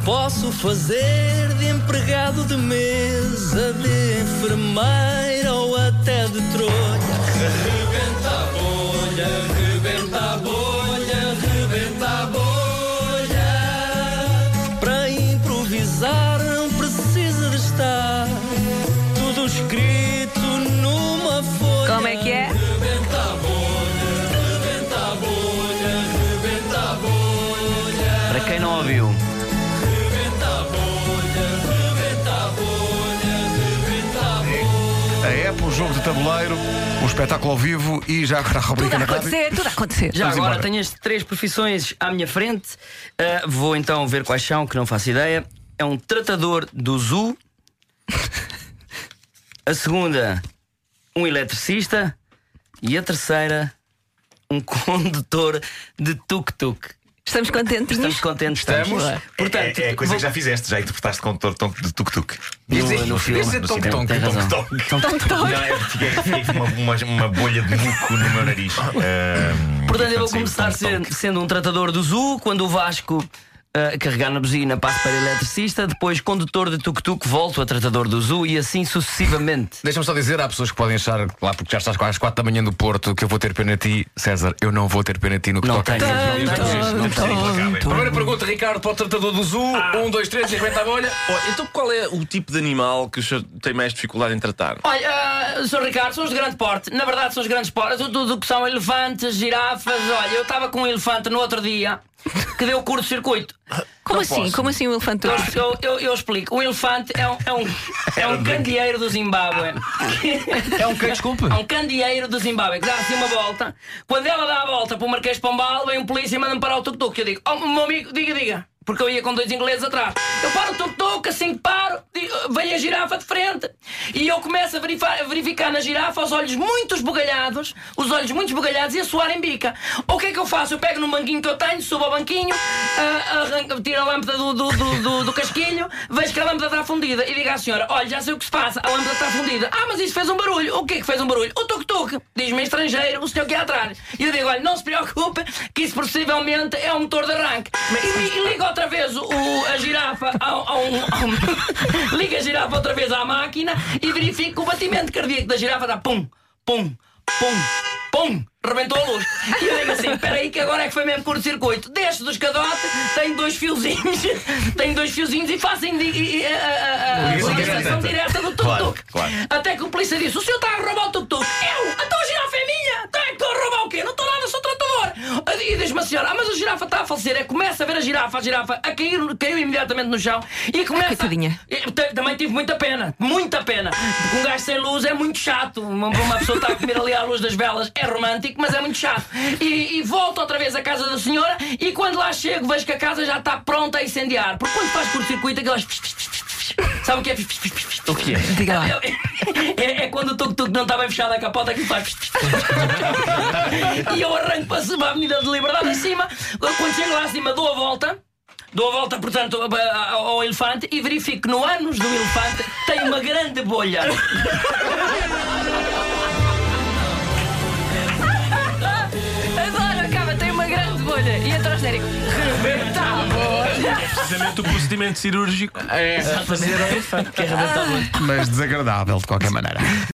Posso fazer de empregado de mesa, de enfermeira ou até de trolha. Rebenta a bolha, rebenta a bolha, rebenta a bolha. Para improvisar não precisa de estar tudo escrito numa folha. Como é que é? Rebenta a bolha, rebenta a bolha, rebenta a bolha. Para quem não ouviu, A app, o jogo de tabuleiro, o espetáculo ao vivo e já a rubrica na rádio. Tudo a acontecer. já Vamos agora embora. tenho as 3 profissões à minha frente. Vou então ver quais são, que não faço ideia. É um tratador do zoo. A segunda, um eletricista. E a terceira, um condutor de tuk-tuk. Estamos contentes. Estamos contentes. Estamos. Portanto, É coisa que já fizeste, já interpretaste condutor de tuk-tuk. no filme. Dizer No tonk-tonk, cinema, tem razão. Tonk-tonk. Não, fiquei com uma bolha de muco no meu nariz. Portanto, eu vou sim, começar tonk-tonk. sendo um tratador do zoo. Quando o Vasco carregar na buzina, passo para eletricista. Depois, condutor de tuk-tuk, volto a tratador do zoo. E assim sucessivamente. Deixa-me só dizer, há pessoas que podem achar, lá porque já estás às 4 da manhã no Porto, que eu vou ter pena de ti. César, eu não vou ter pena de ti no que Não toca. tenho. Primeira pergunta, Ricardo, para o tratador do zoo. 1, 2, 3, 50 a bolha. Então qual é o tipo de animal que o senhor tem mais dificuldade em tratar? Olha, Sr. Ricardo, são os de grande porte. Na verdade, são os grandes portes. Tudo o que são elefantes, girafas. Olha, eu estava com um elefante no outro dia que deu curto-circuito. Como assim? Como assim o elefante? Eu explico. O elefante é um candeeiro do Zimbábue. É um quem, desculpe? É um candeeiro do Zimbábue que dá assim uma volta. Quando ela dá a volta para o Marquês de Pombal, vem um polícia e manda-me parar o tuk-tuk. Eu digo, oh, meu amigo, diga. Porque eu ia com 2 ingleses atrás. Eu paro o tuk-tuk, assim que paro, vem a girafa de frente. E eu começo a verificar na girafa os olhos muito esbugalhados e a suar em bica. O que é que eu faço? Eu pego no banquinho que eu tenho, subo ao banquinho, tiro a lâmpada do casquilho, vejo que a lâmpada está fundida e digo à senhora, olha, já sei o que se passa, a lâmpada está fundida. Ah, mas isso fez um barulho. O que é que fez um barulho? O tuk-tuk. Diz-me em estrangeiro, o senhor que é atrás. E eu digo, olha, não se preocupe, que isso possivelmente é um motor de arranque. E ligo outra vez a girafa liga a girafa outra vez à máquina e verifico que o batimento cardíaco da girafa dá pum, pum, pum, pum, rebentou a luz. E eu digo assim, espera aí que agora é que foi mesmo curto-circuito. Desce do escadote, tenho 2 fiozinhos e fazem ligação direta do tuk-tuk. Claro. Até que o polícia disse, o senhor está a roubar o tuk-tuk. Eu? Então a girafa é minha? Então é que estou a roubar o quê? Não estou nada, sou tratador. E diz-me a senhora, mas a girafa está a falecer. Começa a ver a girafa a cair, caiu imediatamente no chão e começa. Coitadinha. Também tive muita pena. Porque um gajo sem luz é muito chato. Uma pessoa está a comer ali à luz das velas é romântico, mas é muito chato. E volto outra vez à casa da senhora e quando lá chego vejo que a casa já está pronta a incendiar. Porque quando faz curto-circuito aquelas. Sabe o que é? O que é? Diga lá. É quando o tuk-tuk não está bem fechado a capota que faz. E eu arranco para cima a Avenida de Liberdade acima. Quando chego lá acima dou a volta, portanto, ao elefante e verifico que no ânus do elefante tem uma grande bolha. Adoro, acaba, tem uma grande bolha. E entra o genérico. Rebenta a bolha. Precisamente o procedimento cirúrgico. Fazer ao elefante, que é arrebentar a bolha. Mas desagradável de qualquer maneira.